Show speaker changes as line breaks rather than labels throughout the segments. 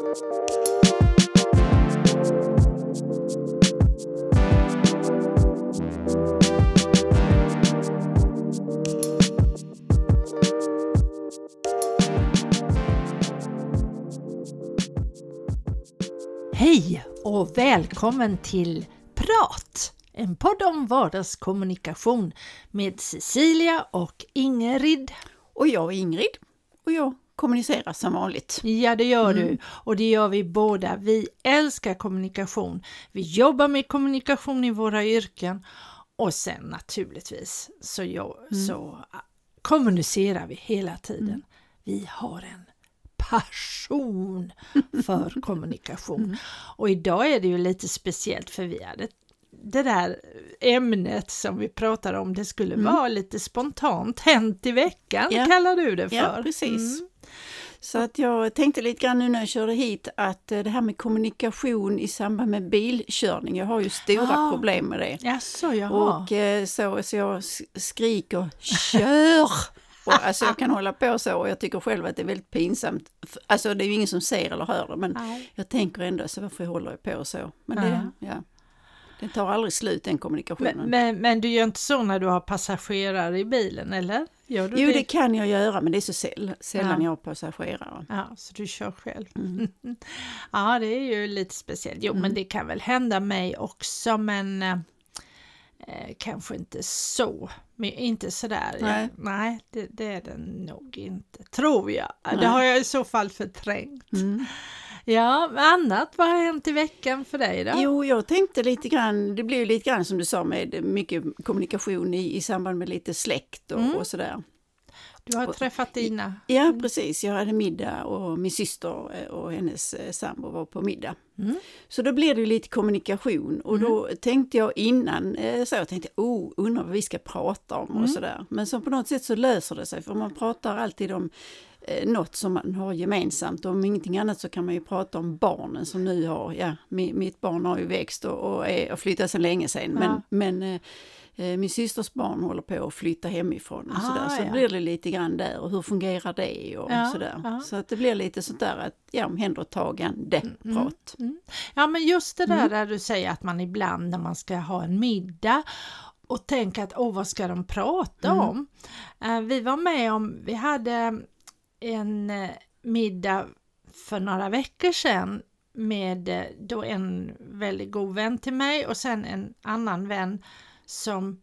Hej och välkommen till Prat, en podd om vardagskommunikation med Cecilia och Ingrid.
Och jag är Ingrid och jag kommunicerar som vanligt.
Ja, det gör du och det gör vi båda. Vi älskar kommunikation. Vi jobbar med kommunikation i våra yrken och sen naturligtvis så kommunicerar vi hela tiden. Vi har en passion för kommunikation. Och idag är det ju lite speciellt för vi hade det där ämnet som vi pratade om, det skulle vara lite spontant hänt i veckan, kallar du det för.
Ja, precis. Så att jag tänkte lite grann nu när jag körde hit att det här med kommunikation i samband med bilkörning, jag har ju stora problem med det.
Jaså, jaha.
Och så jag skriker, kör! Och, alltså jag kan hålla på så och jag tycker själv att det är väldigt pinsamt. Alltså det är ju ingen som ser eller hör det, men jag tänker ändå så varför håller jag på så. Men det tar aldrig slut den kommunikationen.
Men du gör inte så när du har passagerare i bilen, eller? Gör du
jo, det kan jag göra, men det är så sällan jag har passagerare.
Ja, så du kör själv. Ja, det är ju lite speciellt. Jo, men det kan väl hända mig också, men kanske inte så. Men inte sådär. Nej, det är det nog inte, tror jag. Nej. Det har jag i så fall förträngt. Ja, annat, vad har hänt i veckan för dig då?
Jo, jag tänkte lite grann, det blir ju lite grann som du sa med mycket kommunikation i samband med lite släkt och sådär.
Du har träffat dina?
Ja, precis. Jag hade middag och min syster och hennes sambo var på middag. Så då blev det ju lite kommunikation och då tänkte jag innan, undrar vad vi ska prata om och sådär. Men så på något sätt så löser det sig, för man pratar alltid om något som man har gemensamt. Och om ingenting annat så kan man ju prata om barnen som nu har, mitt barn har ju växt och flyttat sedan länge sedan. Men min systers barn håller på att flytta hemifrån och sådär. Så blir det lite grann där och hur fungerar det och sådär. Ja. Så att det blir lite sånt där att omhändertagande prat.
Ja, men just det där du säger att man ibland när man ska ha en middag och tänka att vad ska de prata om? Vi var med om, vi hade en middag för några veckor sedan med då en väldigt god vän till mig och sen en annan vän som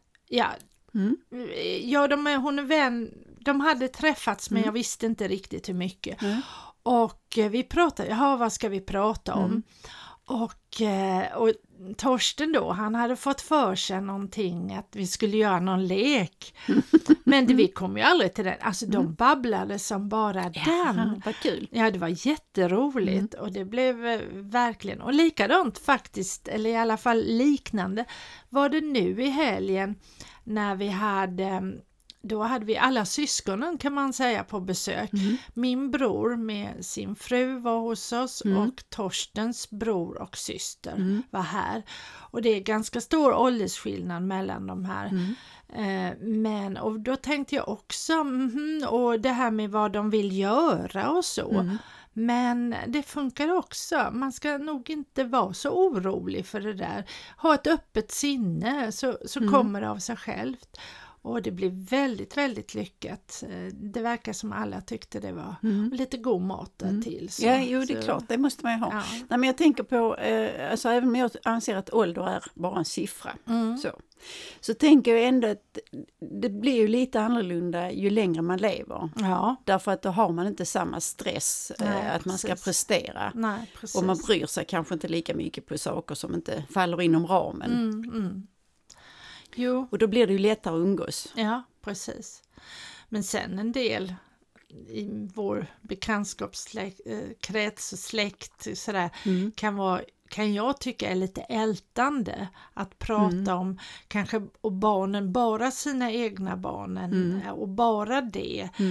hon är vän, de hade träffats men jag visste inte riktigt hur mycket. Och vi pratade, vad ska vi prata om? Och Torsten då, han hade fått för sig någonting att vi skulle göra någon lek. Men vi kom ju aldrig till den. Alltså de babblade som bara den.
Vad kul.
Ja, det var jätteroligt och det blev verkligen. Och likadant faktiskt, eller i alla fall liknande, var det nu i helgen när vi hade... Då hade vi alla syskonen kan man säga på besök. Min bror med sin fru var hos oss och Torstens bror och syster var här. Och det är ganska stor åldersskillnad mellan de här. Och då tänkte jag också, och det här med vad de vill göra och så. Men det funkar också. Man ska nog inte vara så orolig för det där. Ha ett öppet sinne så kommer det av sig självt. Och det blev väldigt, väldigt lyckat. Det verkar som alla tyckte det var lite god mat där till. Så,
det är klart. Det måste man ju ha. Ja. Nej, men jag tänker på, även om jag anser att ålder är bara en siffra. Så tänker jag ändå att det blir ju lite annorlunda ju längre man lever. Ja. Därför att då har man inte samma stress att man ska prestera.
Nej, precis.
Och man bryr sig kanske inte lika mycket på saker som inte faller inom ramen.
Jo.
Och då blir det ju lättare att umgås.
Ja, precis. Men sen en del i vår bekantskapskrets och släkt sådär, kan jag tycka är lite ältande att prata om kanske och barnen, bara sina egna barnen och bara det.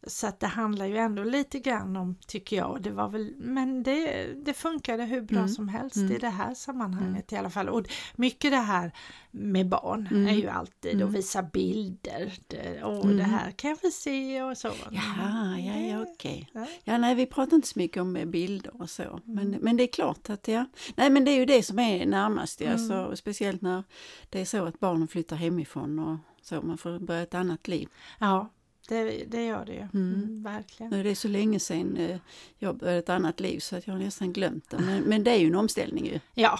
Så att det handlar ju ändå lite grann om, tycker jag, det var väl, men det funkade hur bra som helst i det här sammanhanget i alla fall. Och mycket det här med barn är ju alltid att visa bilder. Det här kan vi se och så.
Ja, okej. Ja, nej, vi pratar inte så mycket om bilder och så. Men det är klart att nej, men det är ju det som är närmast. Alltså, speciellt när det är så att barnen flyttar hemifrån och så, man får börja ett annat liv.
Ja. Det gör det ju, verkligen.
Nu är det så länge sedan jag började ett annat liv så att jag har nästan glömt det. Men det är ju en omställning ju.
Ja,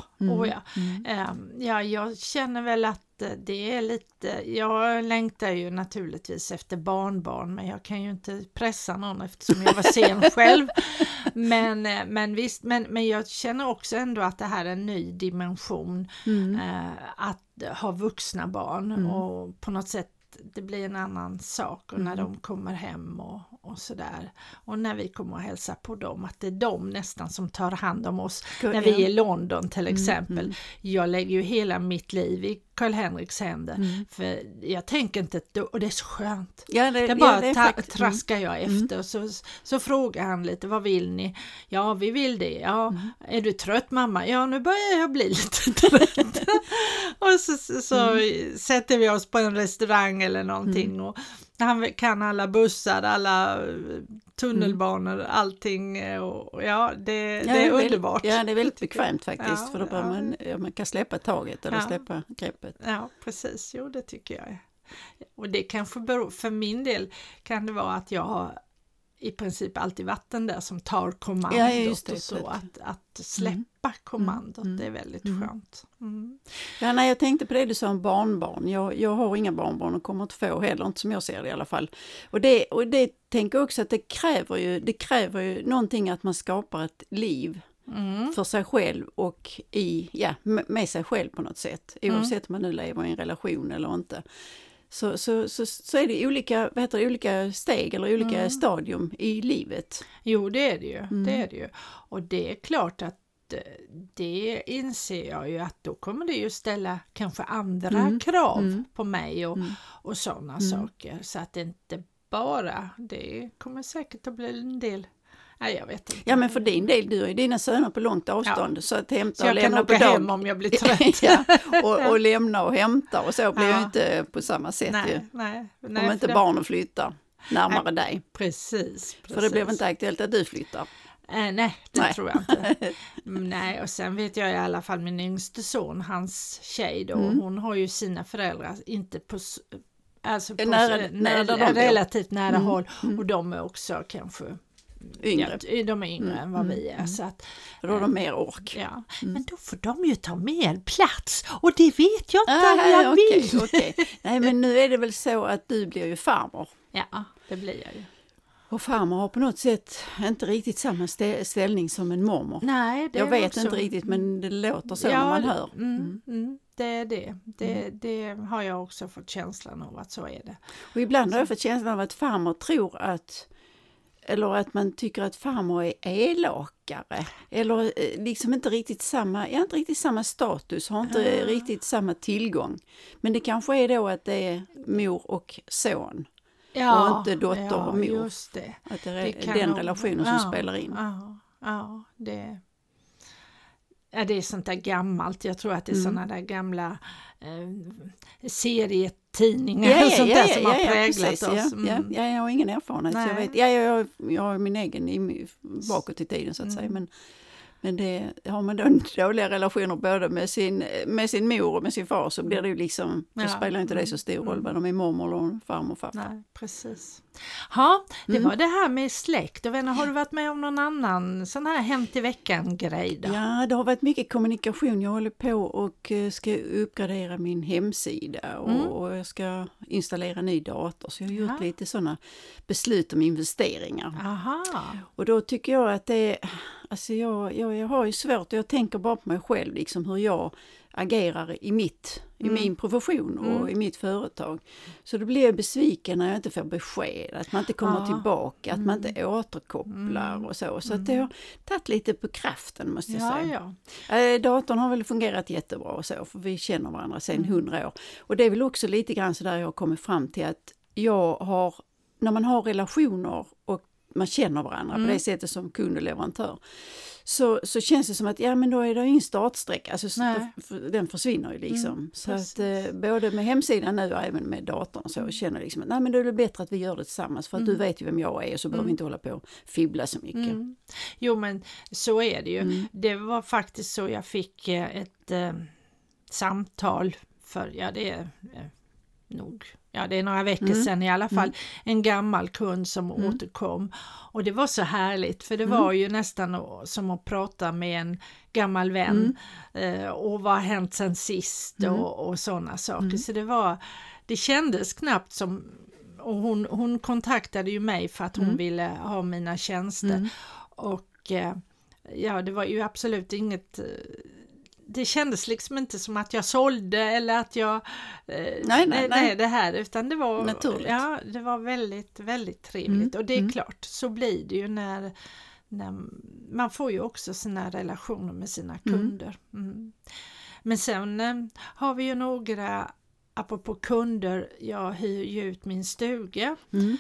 jag känner väl att det är lite, jag längtar ju naturligtvis efter barnbarn, men jag kan ju inte pressa någon eftersom jag var sen själv. Men visst, men jag känner också ändå att det här är en ny dimension att ha vuxna barn och på något sätt det blir en annan sak och när de kommer hem och sådär. Och när vi kommer och hälsa på dem, att det är de nästan som tar hand om oss. När vi är i London till exempel. Jag lägger ju hela mitt liv i Karl-Henriks händer. För jag tänker inte, och det är så skönt. Det bara traskar jag efter. Så frågar han lite, vad vill ni? Ja, vi vill det. Ja, är du trött mamma? Ja, nu börjar jag bli lite trött. Och så sätter vi oss på en restaurang eller någonting och han kan alla bussar, alla tunnelbanor, allting och det är underbart.
Ja, det är väldigt bekvämt faktiskt för då bör man kan släppa taget eller släppa greppet.
Ja, precis. Jo, det tycker jag. Och det kanske beror, för min del kan det vara att jag har i princip alltid varit den där som tar kommandot och så att släppa kommandot, det är väldigt skönt.
Ja, nej, jag tänkte på det du sa om barnbarn. Jag har inga barnbarn och kommer inte få heller, inte som jag ser det i alla fall. Och det tänker jag också att det kräver ju någonting att man skapar ett liv för sig själv och med sig själv på något sätt. Oavsett om man nu lever i en relation eller inte. Så är det olika steg eller olika stadium i livet.
Jo, det är det ju. Det är det ju. Och det är klart att det inser jag ju att då kommer det ju ställa kanske andra krav på mig och sådana saker. Så att det inte bara, det kommer säkert att bli en del. Nej, jag vet inte.
Ja, men för din del, du är dina söner på långt avstånd så att hämta och lämna
på hem om jag blir trött.
och lämna och hämta och så blir ju inte på samma sätt
nej,
om inte barnen flyttar närmare dig.
Precis.
För det blev inte aktuellt att du flyttar.
Nej, det tror jag inte. Nej, och sen vet jag i alla fall min yngste son, hans tjej då, hon har ju sina föräldrar inte på relativt nära håll och de är också kanske
yngre.
Ja, de är yngre än vad vi är. Så att,
då har de mer ork.
Ja. Men då får de ju ta mer plats. Och det vet jag inte om jag vill.
Okay. Nej, men nu är det väl så att du blir ju farmor.
Ja, det blir jag ju.
Och farmor har på något sätt inte riktigt samma ställning som en mormor.
Nej, det
jag vet
också
inte riktigt, men det låter så när man hör.
Det är det. Det har jag också fått känslan av att så är det.
Och ibland har jag fått känslan av att farmor tror att man tycker att farmor är elakare. Eller liksom inte riktigt samma status, har inte riktigt samma tillgång. Men det kanske är då att det är mor och son. Ja, och inte dotter och mor.
Just det.
Att det är den relationen som spelar in.
Ja, det är sånt där gammalt. Jag tror att det är såna där gamla serietidningar och sånt där som har präglat oss.
Jag har ingen erfarenhet. Så jag vet. Jag har min egen bakåt i tiden så att säga. Men det har man då dåliga relationer både med sin mor och med sin far så blir det ju liksom, då spelar inte det så stor roll vad de är mormor och farmor och farfar.
Nej, precis. Ja, det var det här med släkt. Har du varit med om någon annan sån här hem till veckan-grej då?
Ja, det har varit mycket kommunikation. Jag håller på och ska uppgradera min hemsida och jag ska installera ny dator. Så jag har gjort lite sådana beslut om investeringar.
Aha.
Och då tycker jag att det alltså jag har ju svårt, jag tänker bara på mig själv liksom hur jag agerar i min profession och i mitt företag. Så då blir jag besviken när jag inte får besked, att man inte kommer tillbaka, att man inte återkopplar och så. Så att det har tagit lite på kraften måste jag säga. Ja. Datorn har väl fungerat jättebra och så, för vi känner varandra sedan 100 år. Och det är väl också lite grann så där jag har kommit fram till att jag har när man har relationer och man känner varandra på det sättet som kund och leverantör, så känns det som att men då är det ingen startsträcka, alltså den försvinner ju liksom. Så att både med hemsidan nu och även med datorn och så känner jag liksom att men då är det bättre att vi gör det tillsammans, för att du vet ju vem jag är och så behöver vi inte hålla på och fibbla så mycket.
Jo, men så är det ju. Det var faktiskt så jag fick ett samtal för, det är det är några veckor sedan i alla fall, en gammal kund som återkom, och det var så härligt, för det var ju nästan som att prata med en gammal vän och vad har hänt sen sist och sådana saker, så det kändes knappt som, och hon kontaktade ju mig för att hon ville ha mina tjänster och det var ju absolut inget, det kändes liksom inte som att jag sålde eller att jag nej det här, utan det var naturligt. Ja, det var väldigt, väldigt trevligt, och det är klart, så blir det ju när man får ju också sina relationer med sina kunder. Men sen har vi ju några, apropå kunder, jag hyr ju ut min stuga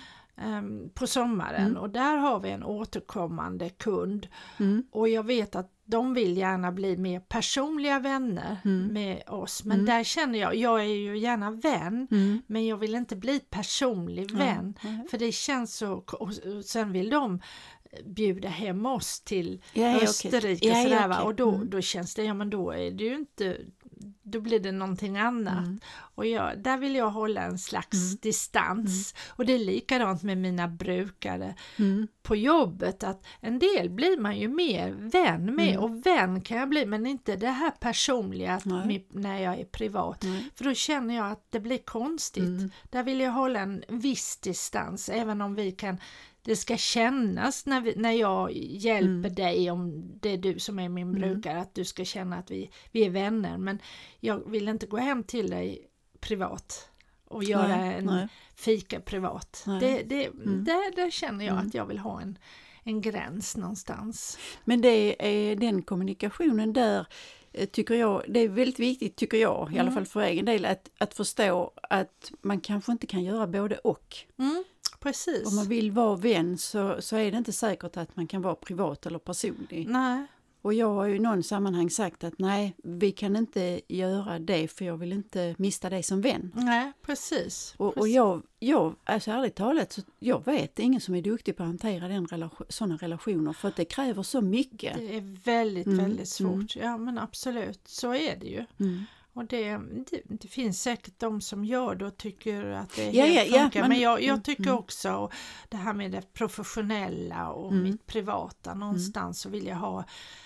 på sommaren, och där har vi en återkommande kund, och jag vet att de vill gärna bli mer personliga vänner med oss, men där känner jag är ju gärna vän, men jag vill inte bli personlig vän, för det känns så, och sen vill de bjuda hem oss till Österrike och sådär, va? Och då känns det, men då är det ju inte, då blir det någonting annat. Och där vill jag hålla en slags distans. Och det är likadant med mina brukare på jobbet, att en del blir man ju mer vän med, och vän kan jag bli, men inte det här personliga när jag är privat. För då känner jag att det blir konstigt. Där vill jag hålla en viss distans, även om det ska kännas när jag hjälper dig, om det är du som är min brukare, att du ska känna att vi är vänner. Men jag vill inte gå hem till dig privat och göra en fika privat. Där känner jag att jag vill ha en gräns någonstans.
Men det är den kommunikationen där, tycker jag, det är väldigt viktigt, tycker jag, i alla fall för egen del, att förstå att man kanske inte kan göra både och.
Precis.
Om man vill vara vän så är det inte säkert att man kan vara privat eller personlig.
Nej. Och
jag har ju i någon sammanhang sagt att nej, vi kan inte göra det, för jag vill inte mista dig som vän.
Nej, precis.
Och jag alltså ärligt talat, så jag vet ingen som är duktig på att hantera sådana relationer, för att det kräver så mycket.
Det är väldigt, väldigt svårt. Ja, men absolut, så är det ju. Och det finns säkert de som gör det och tycker att det helt funkar. Men jag tycker också, och det här med det professionella och mitt privata, någonstans så vill jag ha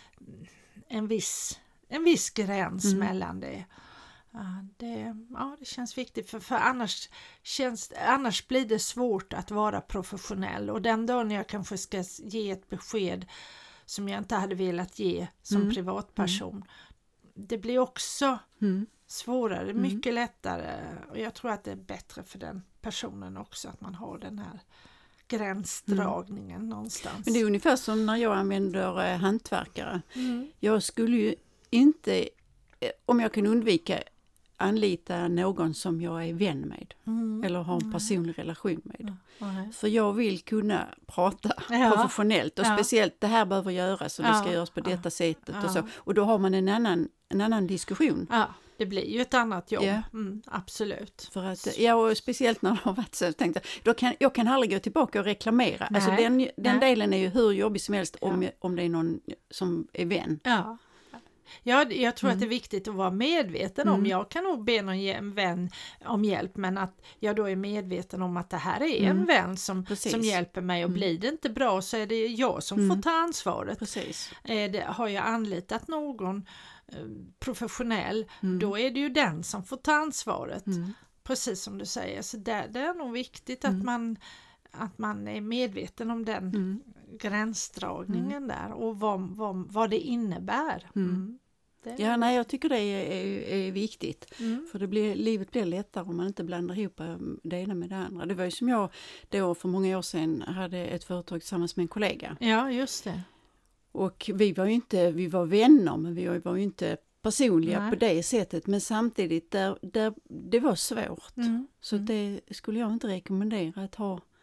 en viss gräns mellan det. Det känns viktigt, för annars blir det svårt att vara professionell, och den dagen jag kanske ska ge ett besked som jag inte hade velat ge som privatperson, det blir också svårare, mycket lättare, och jag tror att det är bättre för den personen också att man har den här gränsdragningen någonstans.
Men det är ungefär som när jag använder hantverkare. Jag skulle ju inte, om jag kan undvika, anlita någon som jag är vän med eller har en personlig relation med. För jag vill kunna prata professionellt, och speciellt det här behöver göras och det ska göras på detta sättet och så. Och då har man en annan diskussion.
Ja, det blir ju ett annat jobb. Absolut.
För att, och speciellt när det har varit så, tänkte jag kan aldrig gå tillbaka och reklamera. Nej, alltså den delen är ju hur jobbig som helst om det är någon som är vän.
Ja, jag tror att det är viktigt att vara medveten om. Jag kan nog be någon vän om hjälp, men att jag då är medveten om att det här är en vän som hjälper mig, och blir det inte bra så är det jag som får ta ansvaret.
Precis.
Har jag anlitat någon professionell, då är det ju den som får ta ansvaret. Precis som du säger. Så det är nog viktigt att man är medveten om den gränsdragningen där, och vad det innebär.
Jag tycker det är viktigt. För livet blir lättare om man inte blandar ihop det ena med det andra. Det var ju som jag då för många år sedan hade ett företag tillsammans med en kollega.
Ja, just det. Och
vi var vänner, men vi var ju inte personliga på det sättet. Men samtidigt, det var svårt. Så det skulle jag inte rekommendera, att ha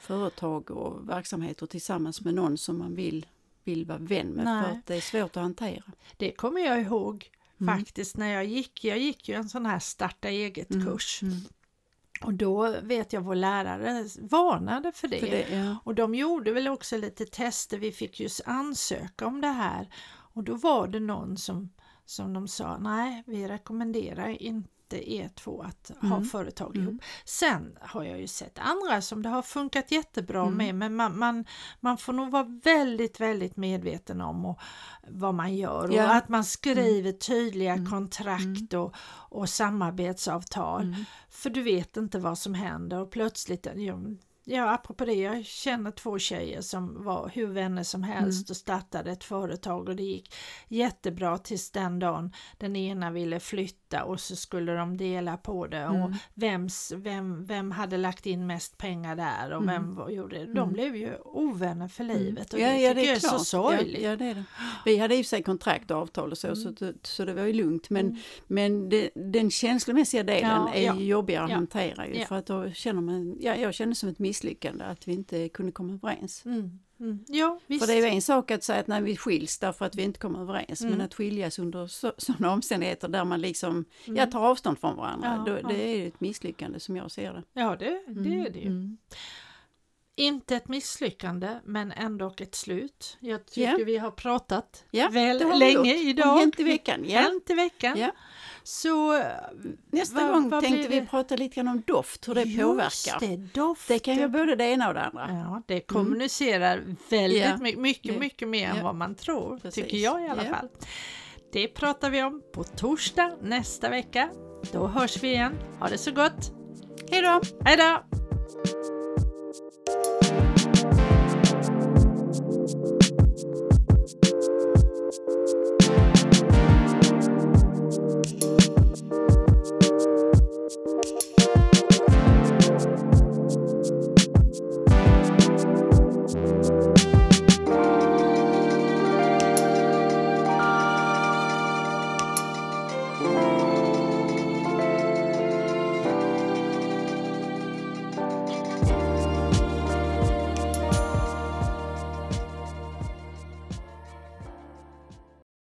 företag och verksamheter tillsammans med någon som man vill vara vän med.
Nej.
För att det är svårt att hantera.
Det kommer jag ihåg faktiskt när jag gick ju en sån här starta eget-kurs. Och då vet jag vår lärare varnade för det.
Ja.
Och de gjorde väl också lite tester, vi fick just ansöka om det här. Och då var det någon som de sa, nej vi rekommenderar inte er två att ha företag ihop. Sen har jag ju sett andra som det har funkat jättebra med, men man får nog vara väldigt, väldigt medveten om vad man gör och att man skriver tydliga kontrakt och samarbetsavtal. För du vet inte vad som händer och plötsligt, apropå det, jag känner 2 tjejer som var hur vänner som helst och startade ett företag och det gick jättebra tills den dagen den ena ville flytta och så skulle de dela på det och vem hade lagt in mest pengar där och vem gjorde det. De blev ju ovänner för livet och det tycker jag är så sorgligt.
Ja, det är det. Vi hade i sig kontrakt och avtal och så det var ju lugnt, men den känslomässiga delen är jobbigare att hantera ju, för att då känner man, jag känner som ett misslyckande att vi inte kunde komma överens.
Ja, visst.
För det är ju en sak att säga att när vi skiljs därför att vi inte kommer överens, men att skiljas under sådana omständigheter där man liksom tar avstånd från varandra, det är ett misslyckande som jag ser det.
Ja, det är det ju. Inte ett misslyckande, men ändå ett slut. Jag tycker vi har pratat länge idag.
Hänt i veckan.
Hänt i veckan.
Ja.
Så
nästa gång tänkte vi prata lite grann om doft, hur det påverkar. Det kan ju både det ena och det andra.
Ja, det kommunicerar väldigt mycket mer än vad man tror, tycker jag i alla fall. Det pratar vi om på torsdag nästa vecka. Då hörs vi igen. Ha det så gott.
Hej då!
Hej då!